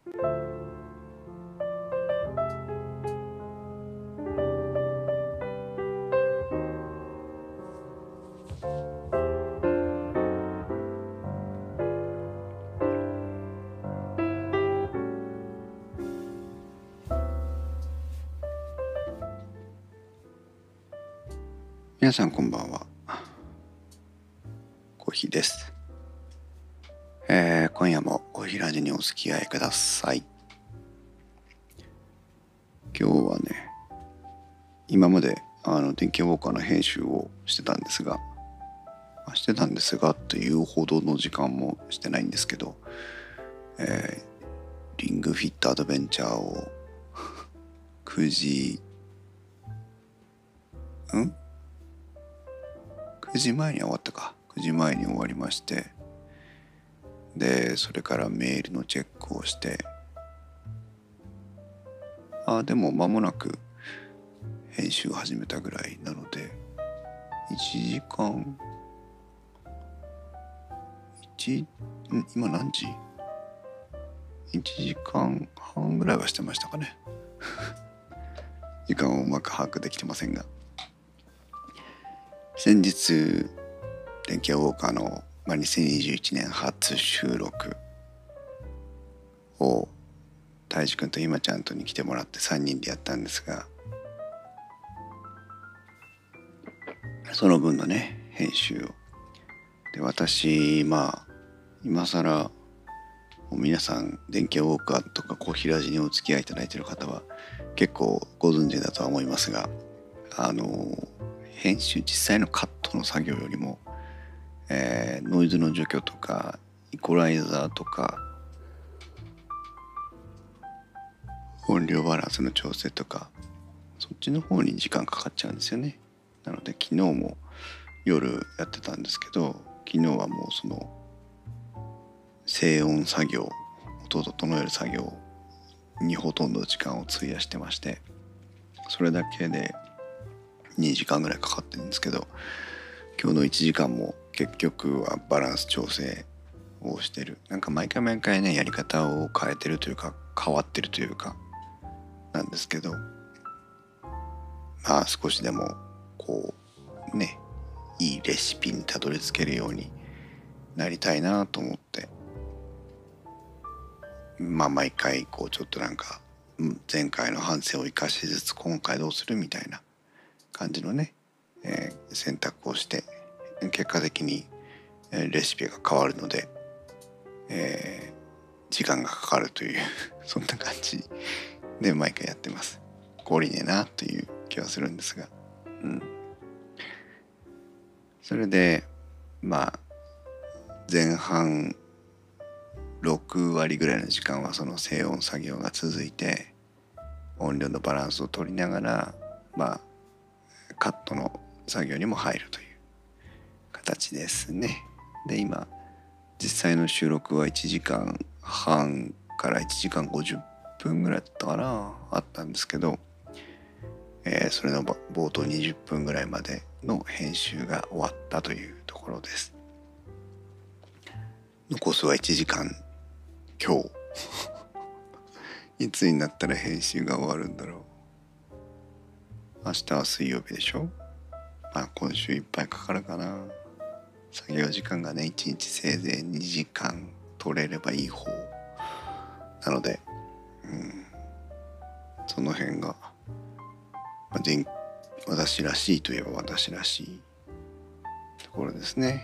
皆さんこんばんは。コーヒーです。今夜もおひらじにお付き合いください。今日はね、今まで電気ウォーカーの編集をしてたんですがというほどの時間もしてないんですけど、リングフィットアドベンチャーを9時前に終わったか。9時前に終わりまして、でそれからメールのチェックをして、でも間もなく編集を始めたぐらいなので、今何時 ?1 時間半ぐらいはしてましたかね。時間をうまく把握できてませんが、先日電気ウォーカーの、2021年初収録をたいじくんと今ちゃんとに来てもらって3人でやったんですが、その分のね編集をで、私今更皆さん電気ウォーカーとかコーヒーラジにお付き合いいただいている方は結構ご存知だとは思いますが、編集実際のカットの作業よりも、ノイズの除去とかイコライザーとか音量バランスの調整とか、そっちの方に時間かかっちゃうんですよね。なので昨日も夜やってたんですけど、昨日はもうその静音作業、音を整える作業にほとんど時間を費やしてまして、それだけで2時間ぐらいかかってるんですけど、今日の1時間も結局はバランス調整をしてる。なんか毎回ねやり方を変えてるというか変わってるというかなんですけど、少しでもこうねいいレシピにたどり着けるようになりたいなと思って、毎回こうちょっとなんか前回の反省を生かしつつ今回どうするみたいな感じのね、選択をして、結果的にレシピが変わるので、時間がかかるというそんな感じで毎回やってます。懲りねえなという気はするんですが、それで前半6割ぐらいの時間はその静音作業が続いて、音量のバランスを取りながらカットの作業にも入るという形ですね。で今実際の収録は1時間半から1時間50分ぐらいだったかなあったんですけど、それの冒頭20分ぐらいまでの編集が終わったというところです。残すは1時間今日いつになったら編集が終わるんだろう。明日は水曜日でしょ。今週いっぱいかかるかな。作業時間がね1日せいぜい2時間取れればいい方なので、その辺が、私らしいといえば私らしいところですね。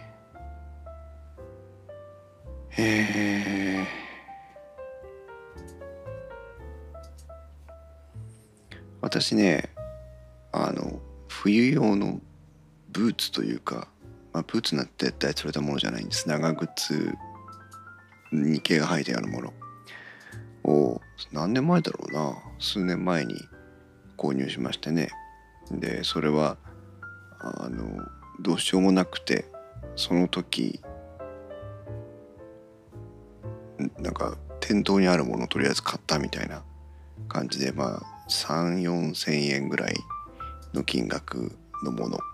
私ね冬用のブーツというか、ブーツなんて絶対それたものじゃないんです。長靴に毛が生えたようなものを何年前だろうな、数年前に購入しましてね。でそれはどうしようもなくて、その時なんか店頭にあるものをとりあえず買ったみたいな感じで、3,4千円ぐらいの金額のもの、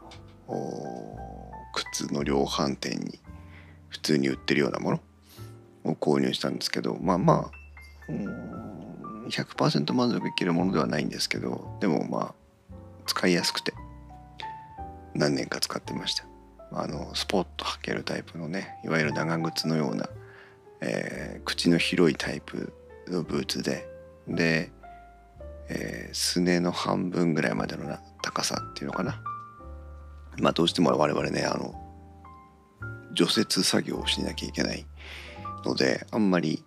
靴の量販店に普通に売ってるようなものを購入したんですけど、 100% 満足いけるものではないんですけど、でもまあ使いやすくて何年か使ってました。スポッと履けるタイプのね、いわゆる長靴のような、口の広いタイプのブーツで、すねの半分ぐらいまでの高さっていうのかな。まあどうしても我々ね、除雪作業をしなきゃいけないので、あんまり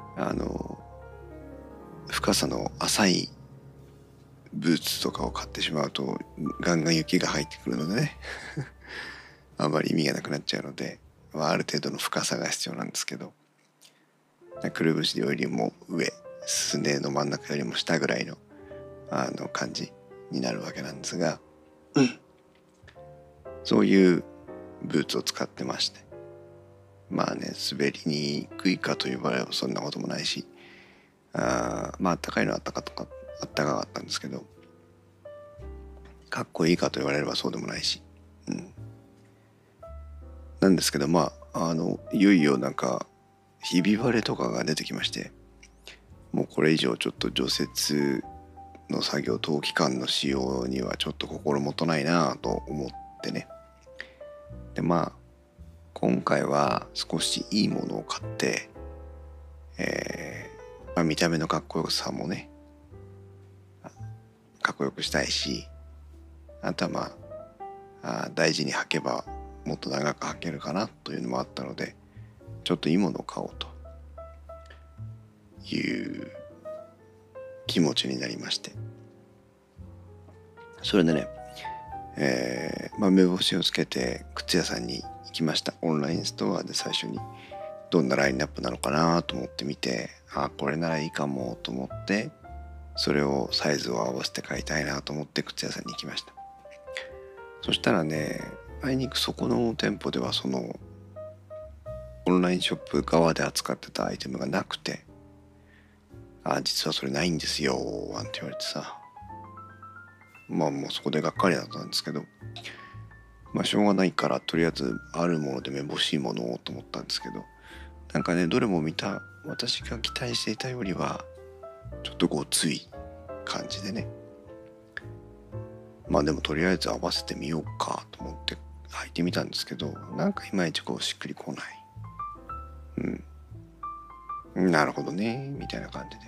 深さの浅いブーツとかを買ってしまうとガンガン雪が入ってくるのでねあんまり意味がなくなっちゃうので、ある程度の深さが必要なんですけど、くるぶしよりも上、すねの真ん中よりも下ぐらいの感じになるわけなんですが、そういうブーツを使ってまして、まあね、滑りにくいかと言われればそんなこともないし、まああったかいのはあったかかったんですけど、かっこいいかと言われればそうでもないし、なんですけど、まあいよいよなんかひび割れとかが出てきまして、もうこれ以上ちょっと除雪の作業、冬期間の使用にはちょっと心もとないなと思ってね。でまあ今回は少しいいものを買って、見た目のかっこよさもねかっこよくしたいし、あとは大事に履けばもっと長く履けるかなというのもあったので、ちょっといいものを買おうという気持ちになりまして、それでね、目星をつけて靴屋さんに行きました。オンラインストアで最初にどんなラインナップなのかなと思って見て、これならいいかもと思って、それをサイズを合わせて買いたいなと思って靴屋さんに行きました。そしたらね、あいにくそこの店舗ではそのオンラインショップ側で扱ってたアイテムがなくて、実はそれないんですよなんて言われてさ、もうそこでがっかりだったんですけど、しょうがないからとりあえずあるものでめぼしいものをと思ったんですけど、なんかね、どれも私が期待していたよりはちょっとごつい感じでね、でもとりあえず合わせてみようかと思って履いてみたんですけど、なんかいまいちしっくりこない。なるほどねみたいな感じ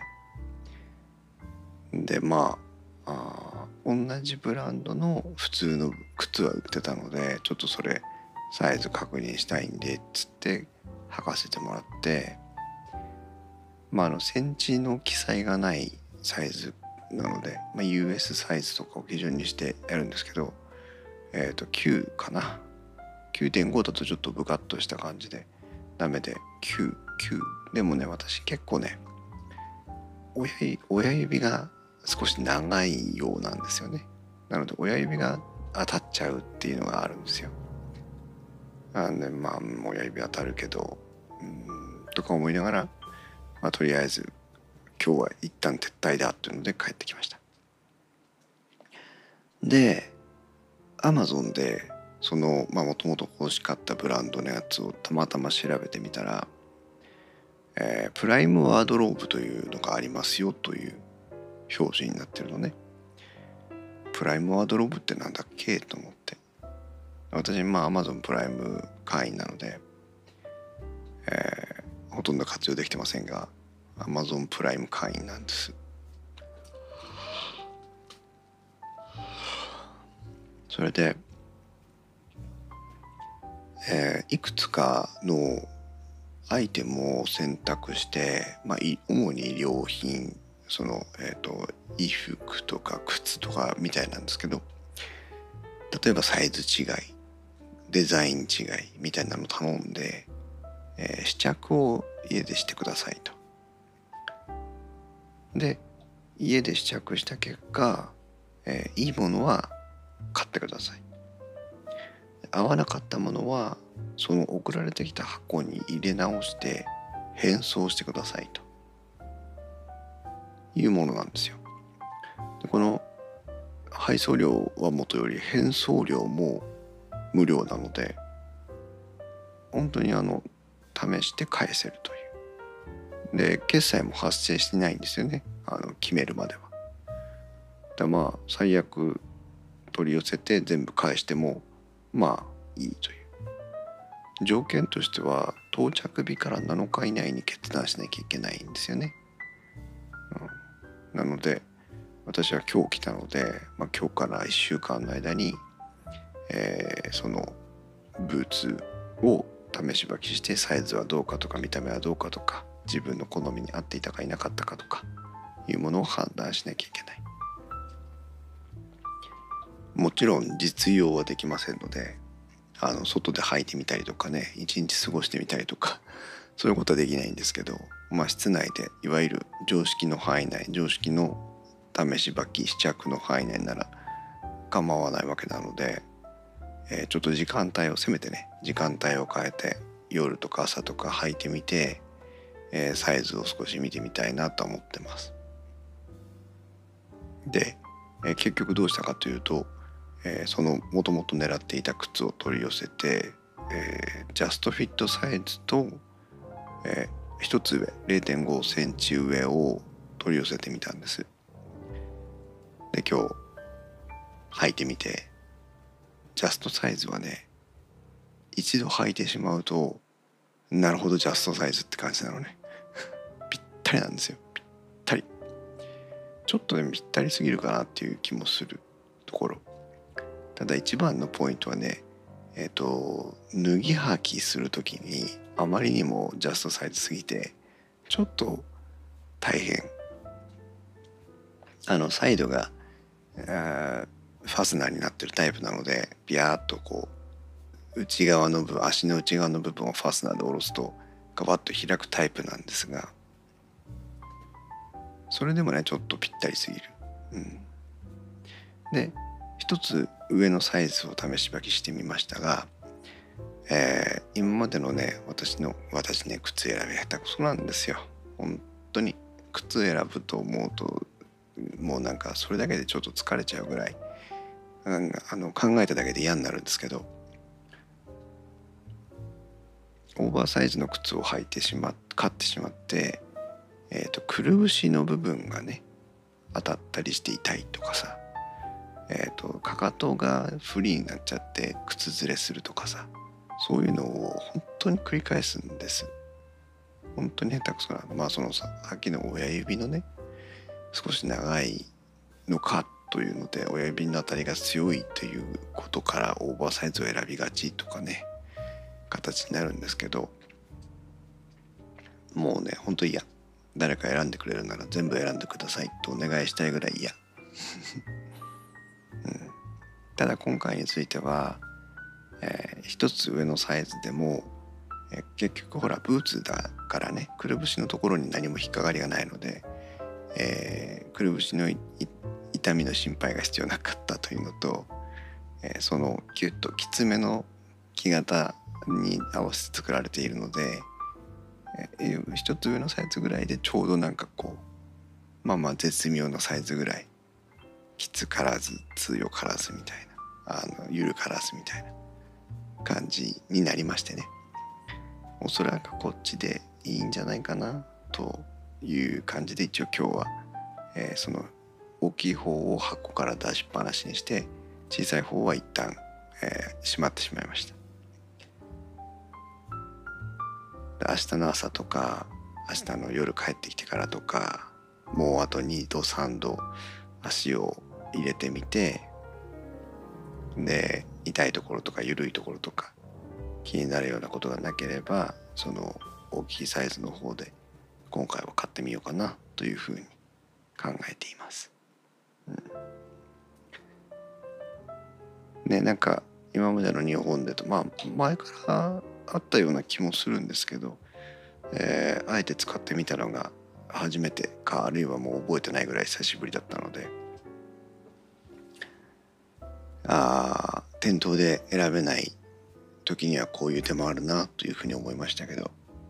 で、同じブランドの普通の靴は売ってたので、ちょっとそれサイズ確認したいんでっつって履かせてもらって、センチの記載がないサイズなので、US サイズとかを基準にしてやるんですけど、9かな、9.5 だとちょっとブカッとした感じでダメで、9でもね、私結構ね親指が少し長いようなんですよね。なので親指が当たっちゃうっていうのがあるんですよ。親指当たるけどとか思いながら、とりあえず今日は一旦撤退だっていうので帰ってきました。で Amazon でそのもともと欲しかったブランドのやつをたまたま調べてみたら、プライムワードローブというのがありますよという表示になってるのね。プライムワードローブってなんだっけと思って、私Amazon プライム会員なので、ほとんど活用できてませんが Amazon プライム会員なんです。それで、いくつかのアイテムを選択して、主に衣料品、衣服とか靴とかみたいなんですけど、例えばサイズ違い、デザイン違いみたいなの頼んで、試着を家でしてくださいと。で家で試着した結果、いいものは買ってください。合わなかったものはその送られてきた箱に入れ直して返送してくださいというものなんですよ。でこの配送料はもとより返送料も無料なので、本当に試して返せるという。 で決済も発生してないんですよね、決めるまでは。だまあ最悪取り寄せて全部返してもまあいいという条件としては、到着日から7日以内に決断しなきゃいけないんですよね。なので私は今日来たので、今日から1週間の間に、そのブーツを試し履きして、サイズはどうかとか見た目はどうかとか、自分の好みに合っていたかいなかったかとかいうものを判断しなきゃいけない。もちろん実用はできませんので、外で履いてみたりとかね、一日過ごしてみたりとか、そういうことはできないんですけど、室内でいわゆる常識の範囲内、常識の試し履き試着の範囲内なら構わないわけなので、ちょっと時間帯をせめてね、時間帯を変えて夜とか朝とか履いてみて、サイズを少し見てみたいなと思ってます。で、結局どうしたかというと、そのもともと狙っていた靴を取り寄せて、ジャストフィットサイズと、1つ上 0.5 センチ上を取り寄せてみたんです。で今日履いてみて、ジャストサイズはね、一度履いてしまうとなるほどジャストサイズって感じなのね。ぴったりなんですよ。ぴったり。ちょっとぴったりすぎるかなっていう気もするところ。ただ一番のポイントはね、脱ぎ履きするときにあまりにもジャストサイズすぎてちょっと大変。サイドがファスナーになってるタイプなので、ビヤーっとこう内側の部分、足の内側の部分をファスナーで下ろすとガバッと開くタイプなんですが、それでもねちょっとぴったりすぎる。で一つ上のサイズを試し履きしてみましたが、今までのね私ね靴選び下手くそなんですよ。本当に靴選ぶと思うともうなんかそれだけでちょっと疲れちゃうぐらい、考えただけで嫌になるんですけど、オーバーサイズの靴を買ってしまって、くるぶしの部分がね当たったりして痛いとかさ、かかとがフリーになっちゃって靴ずれするとかさ、そういうのを本当に繰り返すんです。本当に下手くそな。そのさっきの親指のね少し長いのかというので、親指のあたりが強いということからオーバーサイズを選びがちとかね形になるんですけど、もうね本当嫌。誰か選んでくれるなら全部選んでくださいとお願いしたいぐらい嫌。ただ今回については、一つ上のサイズでも、結局ほらブーツだからね、くるぶしのところに何も引っかかりがないので、くるぶしの痛みの心配が必要なかったというのと、そのキュッときつめの木型に合わせて作られているので、一つ上のサイズぐらいでちょうどなんかこう絶妙なサイズぐらい、きつからず強からずみたいな、ゆるからずみたいな感じになりましてね、おそらくこっちでいいんじゃないかなという感じで、一応今日は、その大きい方を箱から出しっぱなしにして、小さい方は一旦、しまってしまいました。明日の朝とか明日の夜帰ってきてからとか、もうあと2度3度足を入れてみて、で痛いところとか緩いところとか気になるようなことがなければ、その大きいサイズの方で今回は買ってみようかなというふうに考えています。ね、なんか今までの日本でと前からあったような気もするんですけど、あえて使ってみたのが初めてか、あるいはもう覚えてないぐらい久しぶりだったので、店頭で選べない時にはこういう手もあるなというふうに思いましたけど、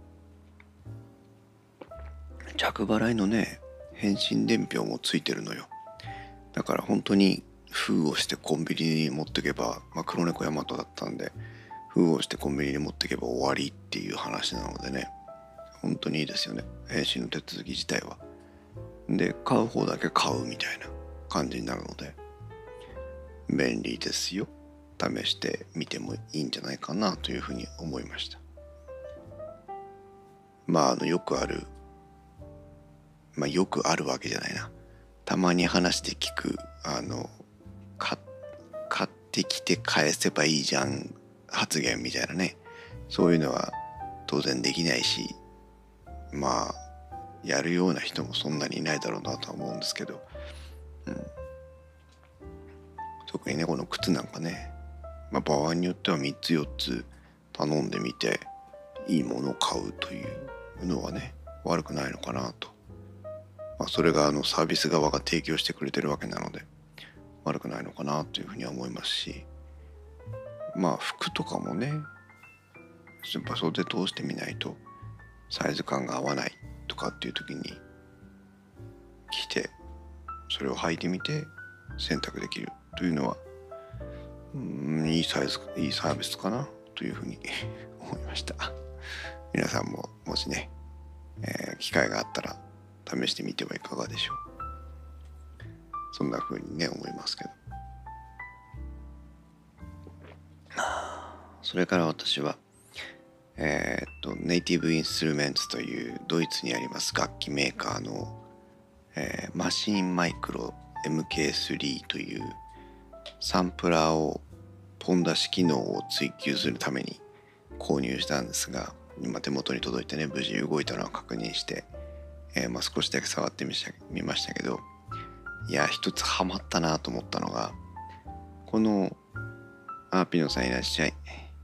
着払いのね返信伝票もついてるのよ。だから本当に封をしてコンビニに持ってけば、黒猫ヤマトだったんで封をしてコンビニに持ってけば終わりっていう話なのでね、 本当にいいですよね、返信の手続き自体は。で買う方だけ買うみたいな感じになるので便利ですよ。試してみてもいいんじゃないかなというふうに思いました。よくある、よくあるわけじゃないな、たまに話で聞く買ってきて返せばいいじゃん発言みたいなね、そういうのは当然できないし、やるような人もそんなにいないだろうなとは思うんですけど、特にねこの靴なんかね、場合によっては3つ4つ頼んでみていいものを買うというのはね悪くないのかなと。それがサービス側が提供してくれてるわけなので悪くないのかなというふうには思いますし、服とかもねやっぱ袖通してみないとサイズ感が合わないとかっていう時に着てそれを履いてみて選択できるというのは、いいサービスかなというふうに思いました。皆さんももしね、機会があったら試してみてはいかがでしょう。そんな風にね思いますけど、それから私はネイティブインストゥルメンツというドイツにあります楽器メーカーの、マシーンマイクロ MK3 というサンプラーをポン出し機能を追求するために購入したんですが、今手元に届いてね無事動いたのを確認して、少しだけ触ってみましたけど、いや一つハマったなと思ったのがこのピノさんいらっしゃい。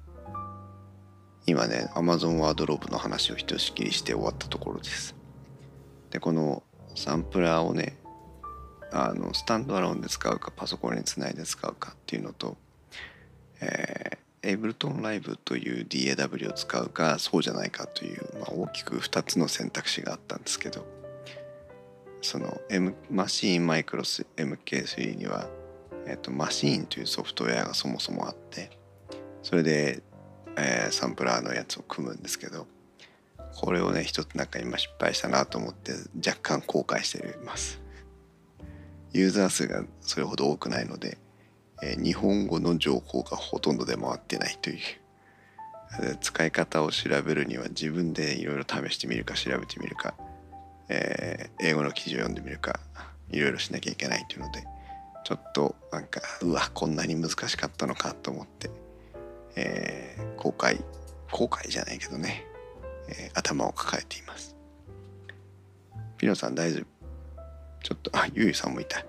今ね Amazon ワードローブの話をひとしきりして終わったところです。でこのサンプラーをねスタンドアローンで使うかパソコンにつないで使うかっていうのと、エイブルトンライブという DAW を使うかそうじゃないかという、大きく2つの選択肢があったんですけど、その、マシーンマイクロス MK3 には、マシーンというソフトウェアがそもそもあってそれで、サンプラーのやつを組むんですけど、これをね一つ今失敗したなと思って若干後悔しています。ユーザー数がそれほど多くないので、日本語の情報がほとんど出回ってないという使い方を調べるには自分でいろいろ試してみるか調べてみるか、英語の記事を読んでみるかいろいろしなきゃいけないというのでちょっとこんなに難しかったのかと思って、後悔じゃないけどね、頭を抱えています。ピノさん大丈夫？ちょっとゆうさんもいた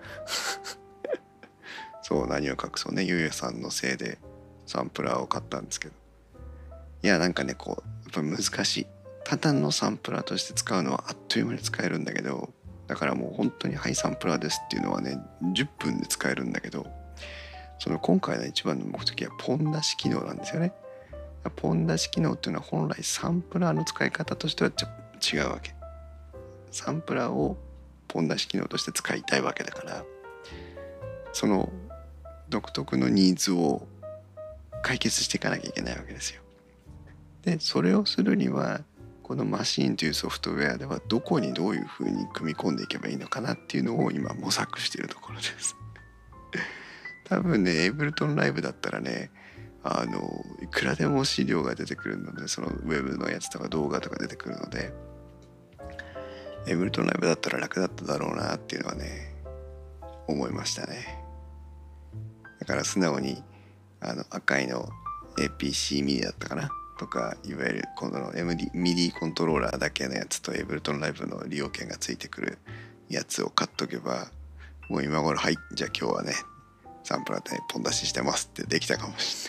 そう何を隠そうね、ゆうさんのせいでサンプラーを買ったんですけど、いややっぱ難しい。ただのサンプラーとして使うのはあっという間に使えるんだけど、だからもう本当にはいサンプラーですっていうのはね10分で使えるんだけど、その今回の一番の目的はポン出し機能なんですよね。ポン出し機能っていうのは本来サンプラーの使い方としては違うわけ。サンプラーをポン出し機能として使いたいわけだから、その独特のニーズを解決していかなきゃいけないわけですよ。でそれをするにはこのマシーンというソフトウェアではどこにどういうふうに組み込んでいけばいいのかなっていうのを今模索しているところです多分ねエイブルトンライブだったらねいくらでも資料が出てくるので、そのウェブのやつとか動画とか出てくるのでエイブルトンライブだったら楽だっただろうなっていうのはね思いましたね。だから素直に赤いの APC ミディだったかなとか、いわゆるこの MIDI コントローラーだけのやつとエイブルトンライブの利用券がついてくるやつを買っとけば、もう今頃はいじゃあ今日はねサンプラーでポン出ししてますってできたかもし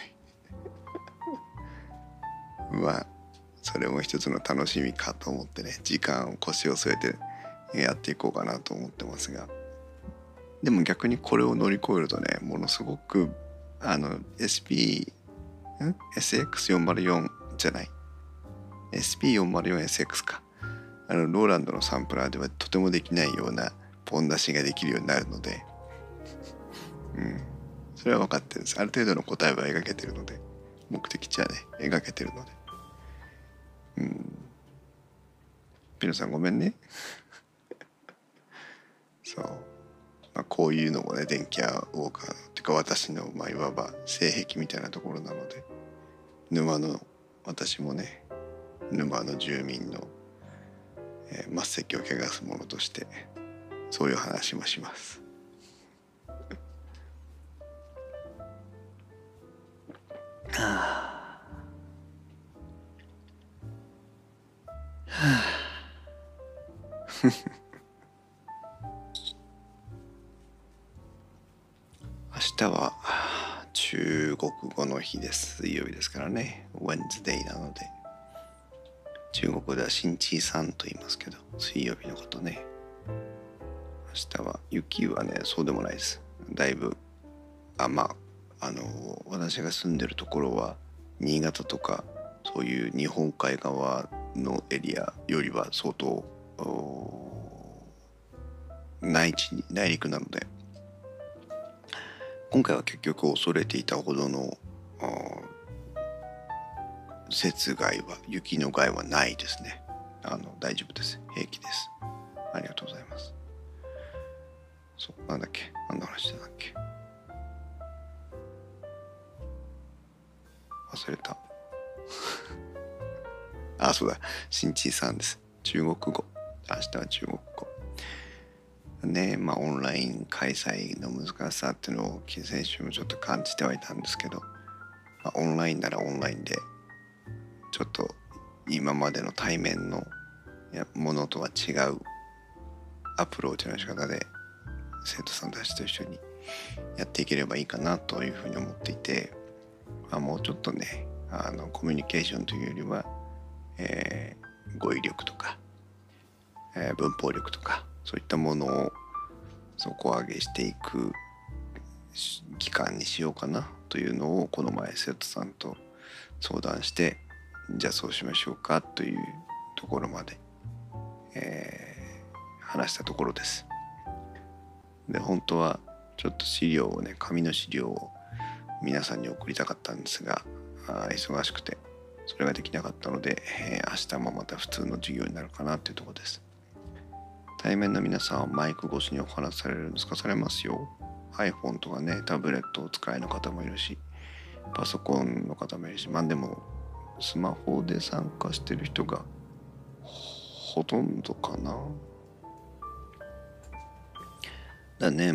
れないそれも一つの楽しみかと思ってね、時間を腰を据えてやっていこうかなと思ってますが、でも逆にこれを乗り越えるとね、ものすごくSX404 じゃない SP404SX か、ローランドのサンプラーではとてもできないようなポン出しができるようになるので、それは分かってるんです。ある程度の答えは描けてるので、目的地はね描けてるので、 ピノさんごめんね。そう、こういうのもね電気屋ウォーカーのっていうか私のいわば性癖みたいなところなので、私もね沼の住民の、末席を汚すものとしてそういう話もします。明日は中国語の日です。水曜日ですからね。Wednesday なので。中国では新地さんと言いますけど、水曜日のことね。明日は雪はね、そうでもないです。だいぶ、私が住んでるところは、新潟とか、そういう日本海側のエリアよりは相当、内陸なので、今回は結局恐れていたほどの雪の害はないですね。大丈夫です。平気です。ありがとうございます。そう、なんだっけ、何の話だっけ、忘れた。そうだ、新地さんです。中国語。明日は中国語ね。オンライン開催の難しさっていうのを先週もちょっと感じてはいたんですけど、オンラインならオンラインでちょっと今までの対面のものとは違うアプローチの仕方で生徒さんたちと一緒にやっていければいいかなというふうに思っていて、もうちょっとねコミュニケーションというよりは、語彙力とか、文法力とかそういったものを底上げしていく期間にしようかなというのをこの前生徒さんと相談して、じゃあそうしましょうかというところまで、話したところです。で、本当はちょっと資料をね、紙の資料を皆さんに送りたかったんですが、忙しくてそれができなかったので、明日もまた普通の授業になるかなというところです。対面の皆さんはマイク越しにお話しされるんですか？されますよ。iPhone とかね、タブレットをお使いの方もいるし、パソコンの方もいるし、でもスマホで参加してる人がほとんどかな。だね、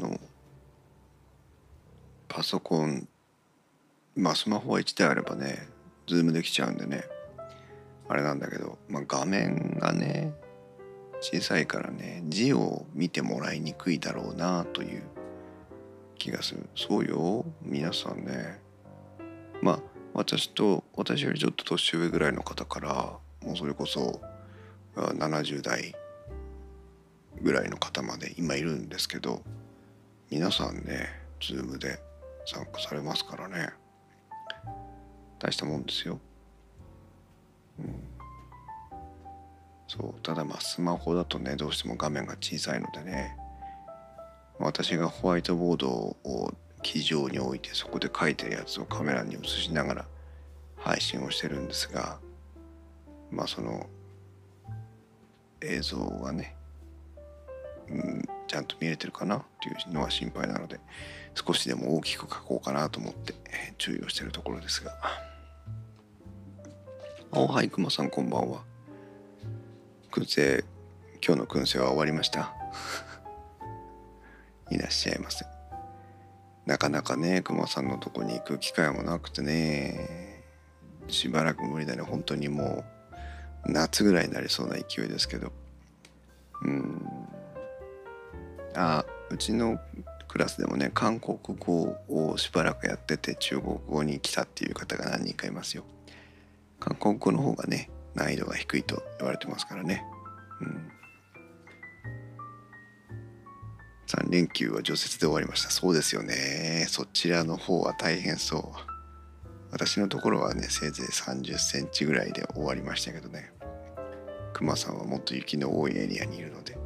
パソコン、スマホは1台あればね、ズームできちゃうんでね、あれなんだけど、画面がね、小さいからね、字を見てもらいにくいだろうなという気がする。そうよ、皆さんね。私よりちょっと年上ぐらいの方から、もうそれこそ70代ぐらいの方まで今いるんですけど、皆さんね、ズームで参加されますからね。大したもんですよ。そう、ただスマホだとね、どうしても画面が小さいのでね、私がホワイトボードを機上に置いてそこで書いてるやつをカメラに映しながら配信をしてるんですが、その映像がね、ちゃんと見れてるかなっていうのは心配なので、少しでも大きく書こうかなと思って注意をしているところですが。はい、くまさんこんばんは。今日の燻製は終わりました？いらっしゃいませ。なかなかね、くまさんのとこに行く機会もなくてね、しばらく無理だね。本当にもう夏ぐらいになりそうな勢いですけど、うちのクラスでもね、韓国語をしばらくやってて中国語に来たっていう方が何人かいますよ。韓国語の方がね、難易度が低いと言われてますからね。3連休は除雪で終わりました。そうですよね。そちらの方は大変そう。私のところはね、せいぜい30センチぐらいで終わりましたけどね。くまさんはもっと雪の多いエリアにいるので。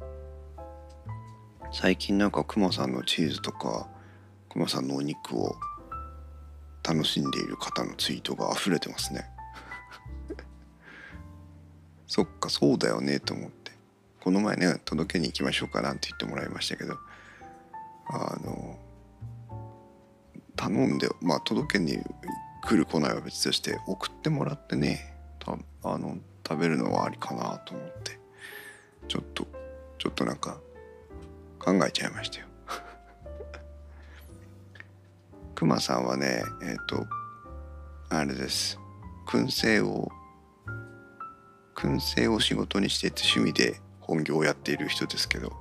最近くまさんのチーズとかくまさんのお肉を楽しんでいる方のツイートが溢れてますね。 そっかそうだよねと思って、この前ね届けに行きましょうかなんて言ってもらいましたけど、頼んで届けに来る来ないは別として送ってもらってね、食べるのはありかなと思って、ちょっとなんか考えちゃいましたよ。くまさんはねあれです、燻製を仕事にしていて趣味で本業をやっている人ですけど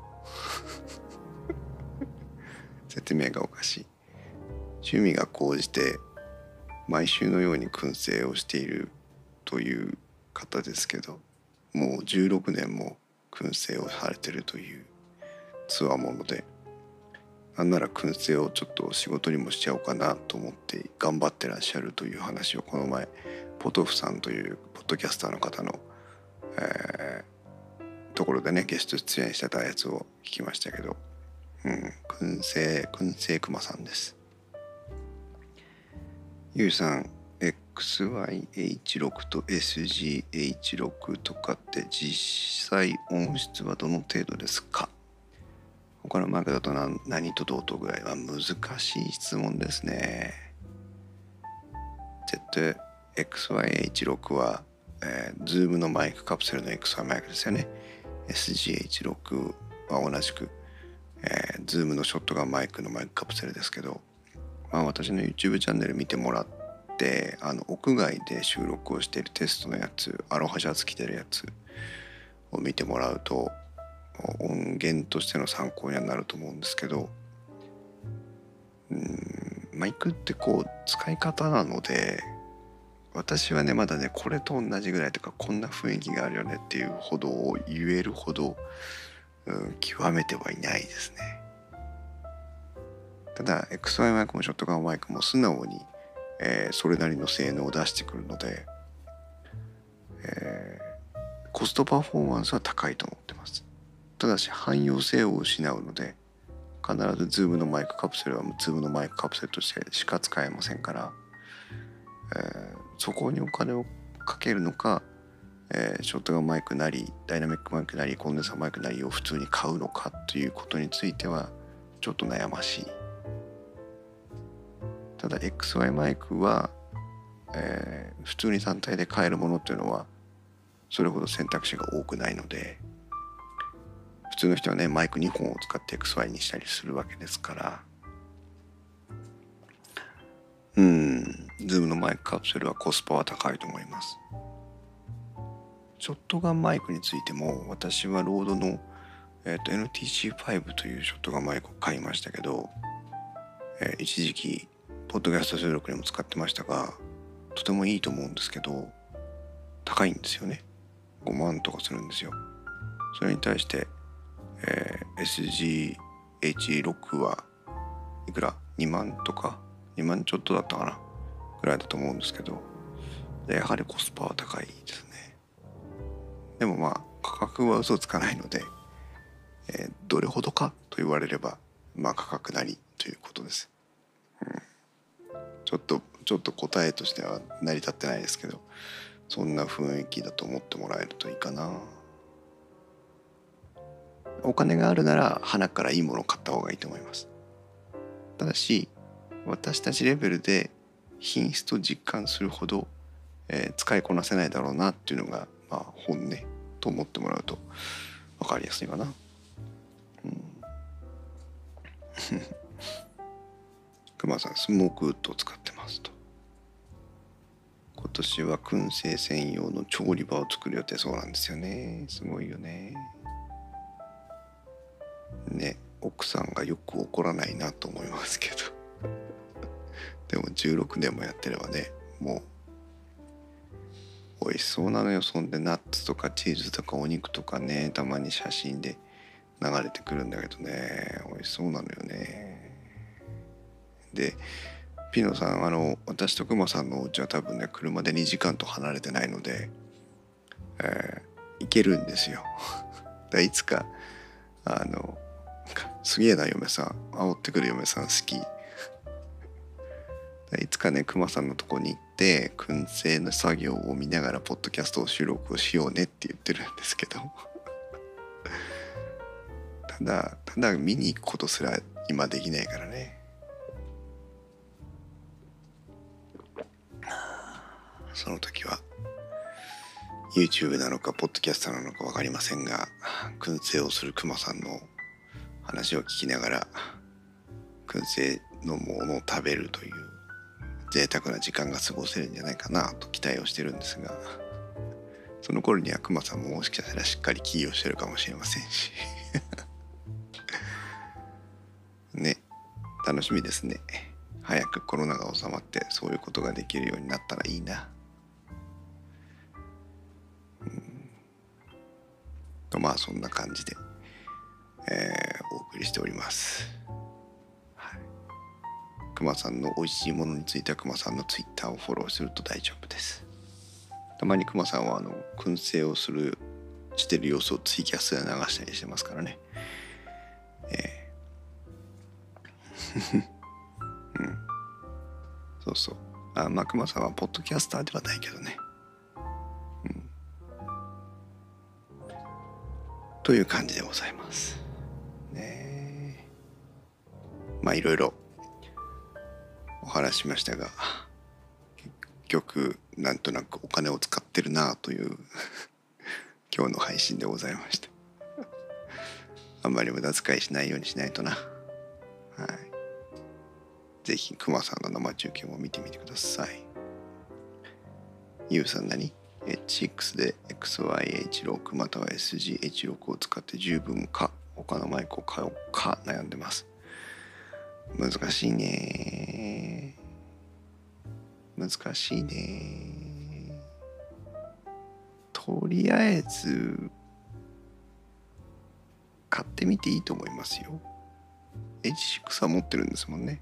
説明がおかしい。趣味が高じて毎週のように燻製をしているという方ですけど、もう16年も燻製をされてるというつわもので、なんなら燻製をちょっと仕事にもしちゃおうかなと思って頑張ってらっしゃるという話をこの前ポトフさんというポッドキャスターの方の、ところでねゲスト出演してたやつを聞きましたけど、燻製くまさんです。ゆうさん、 XYH6 と SGH6 とかって実際音質はどの程度ですか？他のマークだと何と同等ぐらいは難しい質問ですね。XYH6 は、Zoom のマイクカプセルの XY マイクですよね。SGH6 は同じく、Zoom のショットガンマイクのマイクカプセルですけど、私の YouTube チャンネル見てもらって屋外で収録をしているテストのやつ、アロハシャツ着てるやつを見てもらうと音源としての参考にはなると思うんですけど、マイクってこう使い方なので、私はねまだねこれと同じぐらいとかこんな雰囲気があるよねっていうほどを言えるほど、極めてはいないですね。ただ XY マイクもショットガンマイクも素直に、それなりの性能を出してくるので、コストパフォーマンスは高いと思ってます。ただし汎用性を失うので、必ず Zoom のマイクカプセルは Zoom のマイクカプセルとしてしか使えませんから、そこにお金をかけるのか、ショットガンマイクなりダイナミックマイクなりコンデンサーマイクなりを普通に買うのかということについてはちょっと悩ましい。ただ XY マイクは、普通に単体で買えるものっていうのはそれほど選択肢が多くないので、普通の人はねマイク2本を使って XY にしたりするわけですから、Zoom のマイクカプセルはコスパは高いと思います。ショットガンマイクについても私はロードの、NTC5 というショットガンマイクを買いましたけど、一時期ポッドキャスト収録にも使ってましたが、とてもいいと思うんですけど高いんですよね。5万とかするんですよ。それに対して、SGH6 はいくら2万とか2万ちょっとだったかなぐらいだと思うんですけど、やはりコスパは高いですね。でも価格は嘘つかないので、どれほどかと言われれば価格なりということです。ちょっと答えとしては成り立ってないですけど、そんな雰囲気だと思ってもらえるといいかな。お金があるなら鼻からいいものを買った方がいいと思います。ただし私たちレベルで品質を実感するほど、使いこなせないだろうなっていうのが、本音と思ってもらうと分かりやすいかな。くまさん、スモークウッドを使ってますと。今年は燻製専用の調理場を作る予定。そうなんですよね。すごいよね。奥さんがよく怒らないなと思いますけどでも16年もやってればね、もう美味しそうなのよ。そんでナッツとかチーズとかお肉とかね、たまに写真で流れてくるんだけどね、美味しそうなのよね。でピノさん、私とクマさんのお家は多分ね車で2時間と離れてないので、行けるんですよいつかすげえな嫁さん、煽ってくる嫁さん好きいつかねクマさんのとこに行っって燻製の作業を見ながらポッドキャストを収録をしようねって言ってるんですけどただ見に行くことすら今できないからね。その時は YouTube なのかポッドキャストなのか分かりませんが、燻製をするクマさんの話を聞きながら燻製のものを食べるという贅沢な時間が過ごせるんじゃないかなと期待をしてるんですが、その頃にはクマさんももしかしたらしっかり起業してるかもしれませんしね、楽しみですね。早くコロナが収まってそういうことができるようになったらいいな。まあそんな感じで、お送りしております。くまさんの美味しいものについてはくまさんのツイッターをフォローすると大丈夫です。たまにくまさんは燻製をしてる様子をツイキャスで流したりしてますからね。うん、そうそう。まあくまさんはポッドキャスターではないけどね。という感じでございますね。まあいろいろお話ししましたが、結局なんとなくお金を使ってるなという今日の配信でございました。あんまり無駄遣いしないようにしないとな。はい。ぜひくまさんの生中継も見てみてください。ゆうさん何？H6 で XYH6 または SGH6 を使って十分か他のマイクを買おうか悩んでます。難しいね。とりあえず買ってみていいと思いますよ。H6 は持ってるんですもんね。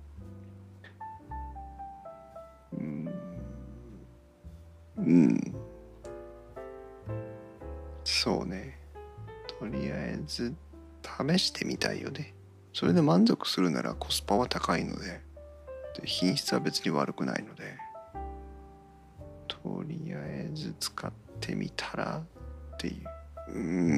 そうね。とりあえず試してみたいよね。それで満足するならコスパは高いので、品質は別に悪くないので、とりあえず使ってみたらっていう、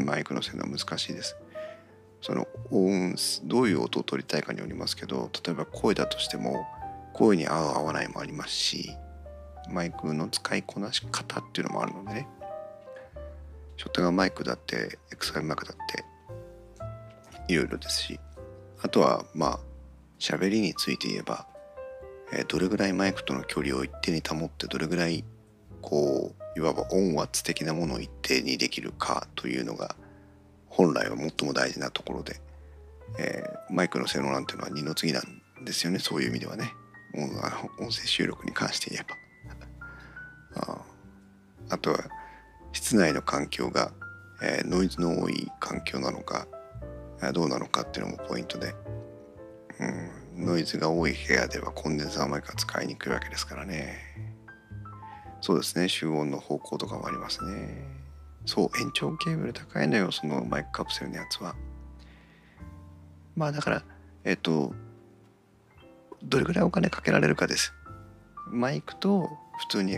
マイクの性能は難しいです。そのどういう音を取りたいかによりますけど、例えば声だとしても声に合う合わないもありますし、マイクの使いこなし方っていうのもあるのでね。ショットガンマイクだって XY マイクだっていろいろですし、あとはまあ喋りについて言えば、どれぐらいマイクとの距離を一定に保って、どれぐらいこういわば音圧的なものを一定にできるかというのが本来は最も大事なところで、マイクの性能なんていうのは二の次なんですよね。そういう意味ではね、音声収録に関して言えばあとは室内の環境が、ノイズの多い環境なのか、どうなのかっていうのもポイントで、ノイズが多い部屋ではコンデンサーマイクが使いにくいわけですからね。そうですね、集音の方向とかもありますね。そう、延長ケーブル高いのよ、そのマイクカプセルのやつは。まあだからどれぐらいお金かけられるかです。マイクと普通に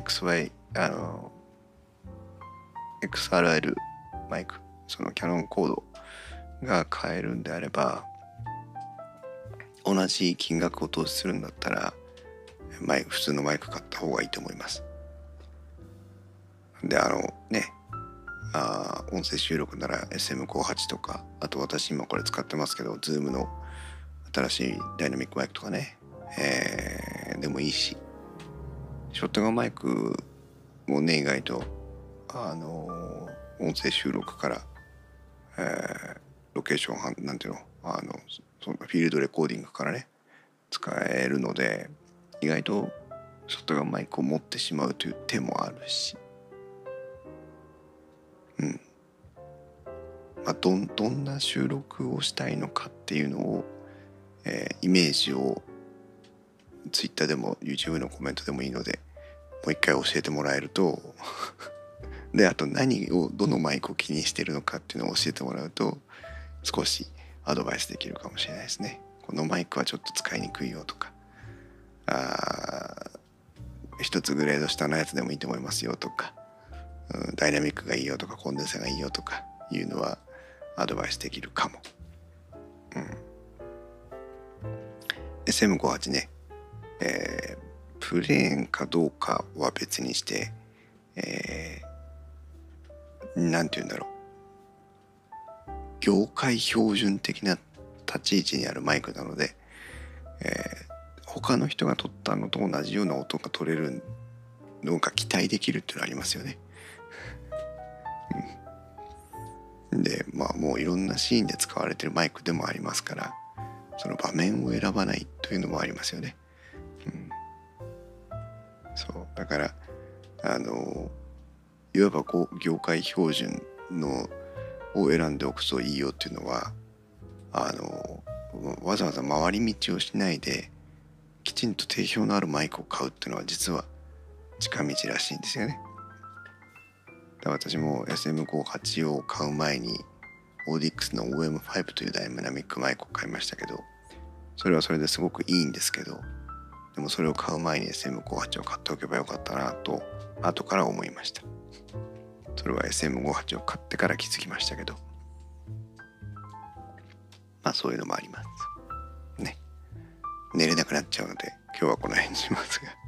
XRL マイク、そのキャノンコードが買えるんであれば、同じ金額を投資するんだったら普通のマイク買った方がいいと思います。で音声収録なら SM58 とか、あと私今これ使ってますけど Zoom の新しいダイナミックマイクとかね、でもいいし、ショットガンマイクもね、意外と音声収録から、ロケーションなんていうの、そのフィールドレコーディングからね使えるので、意外とショットガンマイクを持ってしまうという手もあるし、どんな収録をしたいのかっていうのを、イメージを Twitter でも YouTube のコメントでもいいのでもう一回教えてもらえるとで、あとどのマイクを気にしているのかっていうのを教えてもらうと少しアドバイスできるかもしれないですね。このマイクはちょっと使いにくいよとか、 一つグレード下のやつでもいいと思いますよとか、ダイナミックがいいよとかコンデンサがいいよとかいうのはアドバイスできるかも。SM58 ね、プレーンかどうかは別にして、なんて言うんだろう、業界標準的な立ち位置にあるマイクなので、他の人が撮ったのと同じような音が取れるのが期待できるっていうのはありますよね。でまあもういろんなシーンで使われてるマイクでもありますから、その場面を選ばないというのもありますよね。そうだからいわば業界標準のを選んでおくといいよっていうのはわざわざ回り道をしないできちんと定評のあるマイクを買うっていうのは実は近道らしいんですよね。私も SM58 を買う前にオーディックスの OM5 というダイナミックマイクを買いましたけど、それはそれですごくいいんですけど、でもそれを買う前に SM58 を買っておけばよかったなと後から思いました。それは SM58 を買ってから気づきましたけど、まあそういうのもありますね。寝れなくなっちゃうので今日はこの辺にしますが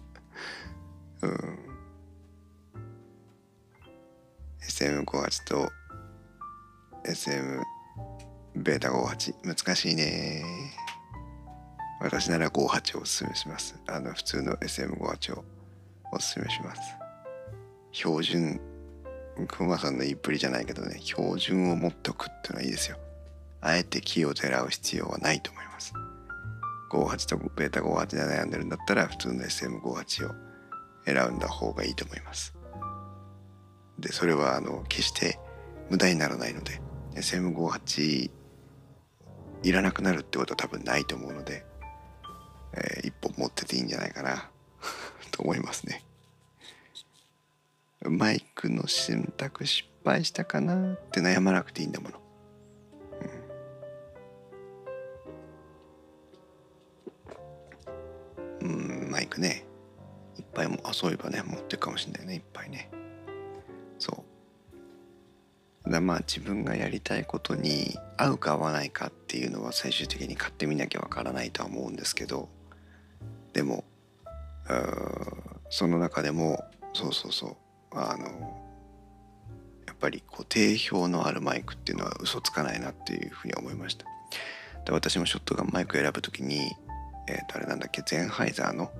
SM58 と SM ベータ58難しいね。私なら58をおすすめします。普通の SM58 をおすすめします。標準、クマさんの言いっぷりじゃないけどね、標準を持っておくっていうのはいいですよ。あえてキーを狙う必要はないと思います。58とベータ58で悩んでるんだったら普通の SM58 を選んだ方がいいと思います。でそれは決して無駄にならないので SM58 いらなくなるってことは多分ないと思うので、一本持ってていいんじゃないかなと思いますね。マイクの選択失敗したかなって悩まなくていいんだもの。マイクね、いっぱいもそういえばね持ってるかもしれないね、いっぱいね。そうだ、まあ自分がやりたいことに合うか合わないかっていうのは最終的に買ってみなきゃわからないとは思うんですけど、でもその中でもそうやっぱり定評のあるマイクっていうのは嘘つかないなっていうふうに思いました。で私もショットガンマイク選ぶときにあれなんだっけ、ゼンハイザーの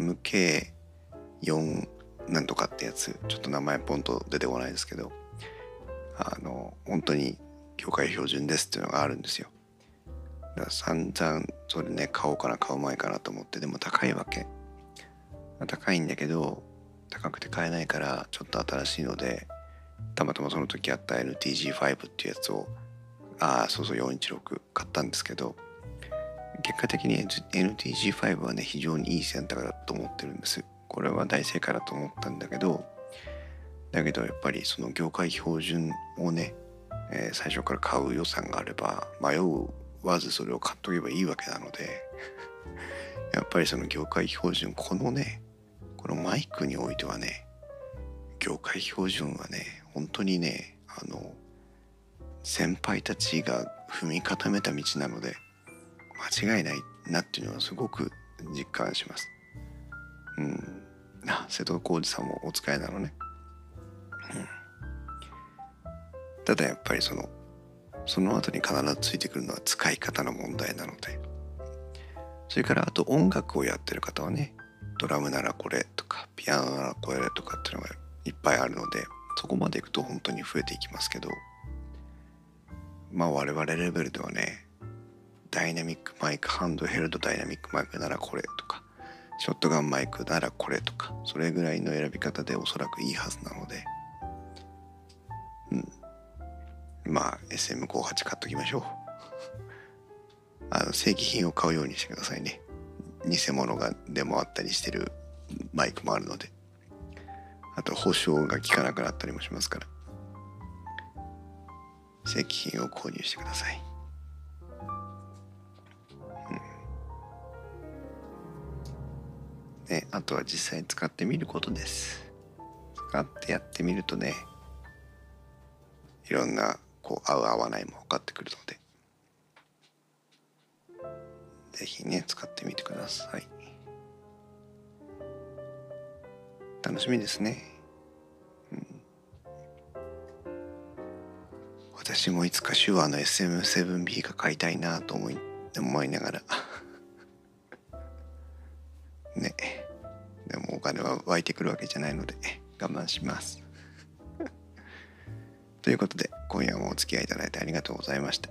MK4 なんとかってやつ、ちょっと名前ポンと出てこないですけど、本当に業界標準ですっていうのがあるんですよ。だから散々それね買おうかな買うまいかなと思って、でも高いわけ。高いんだけど高くて買えないからちょっと新しいので、たまたまその時あった NTG5 っていうやつを416買ったんですけど、結果的に NTG5 はね非常にいい選択だと思ってるんです。これは大正解だと思ったんだけどやっぱりその業界標準をね、最初から買う予算があれば迷わずそれを買っとけばいいわけなのでやっぱりその業界標準、このマイクにおいてはね、業界標準はね本当にね先輩たちが踏み固めた道なので間違いないなっていうのはすごく実感します。瀬戸康史さんもお使いなのね。ただやっぱりその後に必ずついてくるのは使い方の問題なので、それからあと音楽をやってる方はね、ドラムならこれとかピアノならこれとかっていうのがいっぱいあるので、そこまでいくと本当に増えていきますけど、まあ我々レベルではね、ダイナミックマイク、ハンドヘルドダイナミックマイクならこれとか、ショットガンマイクならこれとか、それぐらいの選び方でおそらくいいはずなので、まあ SM58 買っときましょう。正規品を買うようにしてくださいね。偽物が出回ったりしてるマイクもあるので、あと保証が効かなくなったりもしますから、正規品を購入してください。 ね、あとは実際に使ってみることです。使ってやってみるとね、いろんなこう合う合わないも分かってくるので、ぜひね使ってみてください。楽しみですね。私もいつか手話の SM7B が買いたいなと思いながらね、でもお金は湧いてくるわけじゃないので我慢しますということで、今夜もお付き合いいただいてありがとうございました。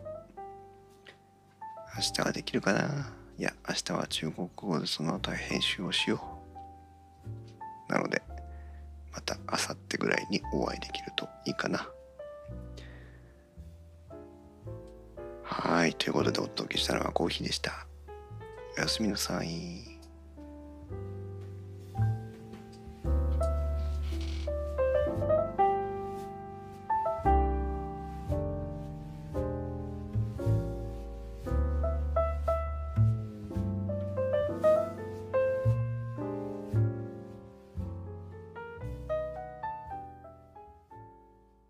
明日はできるかな。いや、明日は中国語でその後は編集をしよう。なのでまた明後日ぐらいにお会いできるといいかな。はい、ということでお届けしたのはコーヒーでした。おやすみなさい。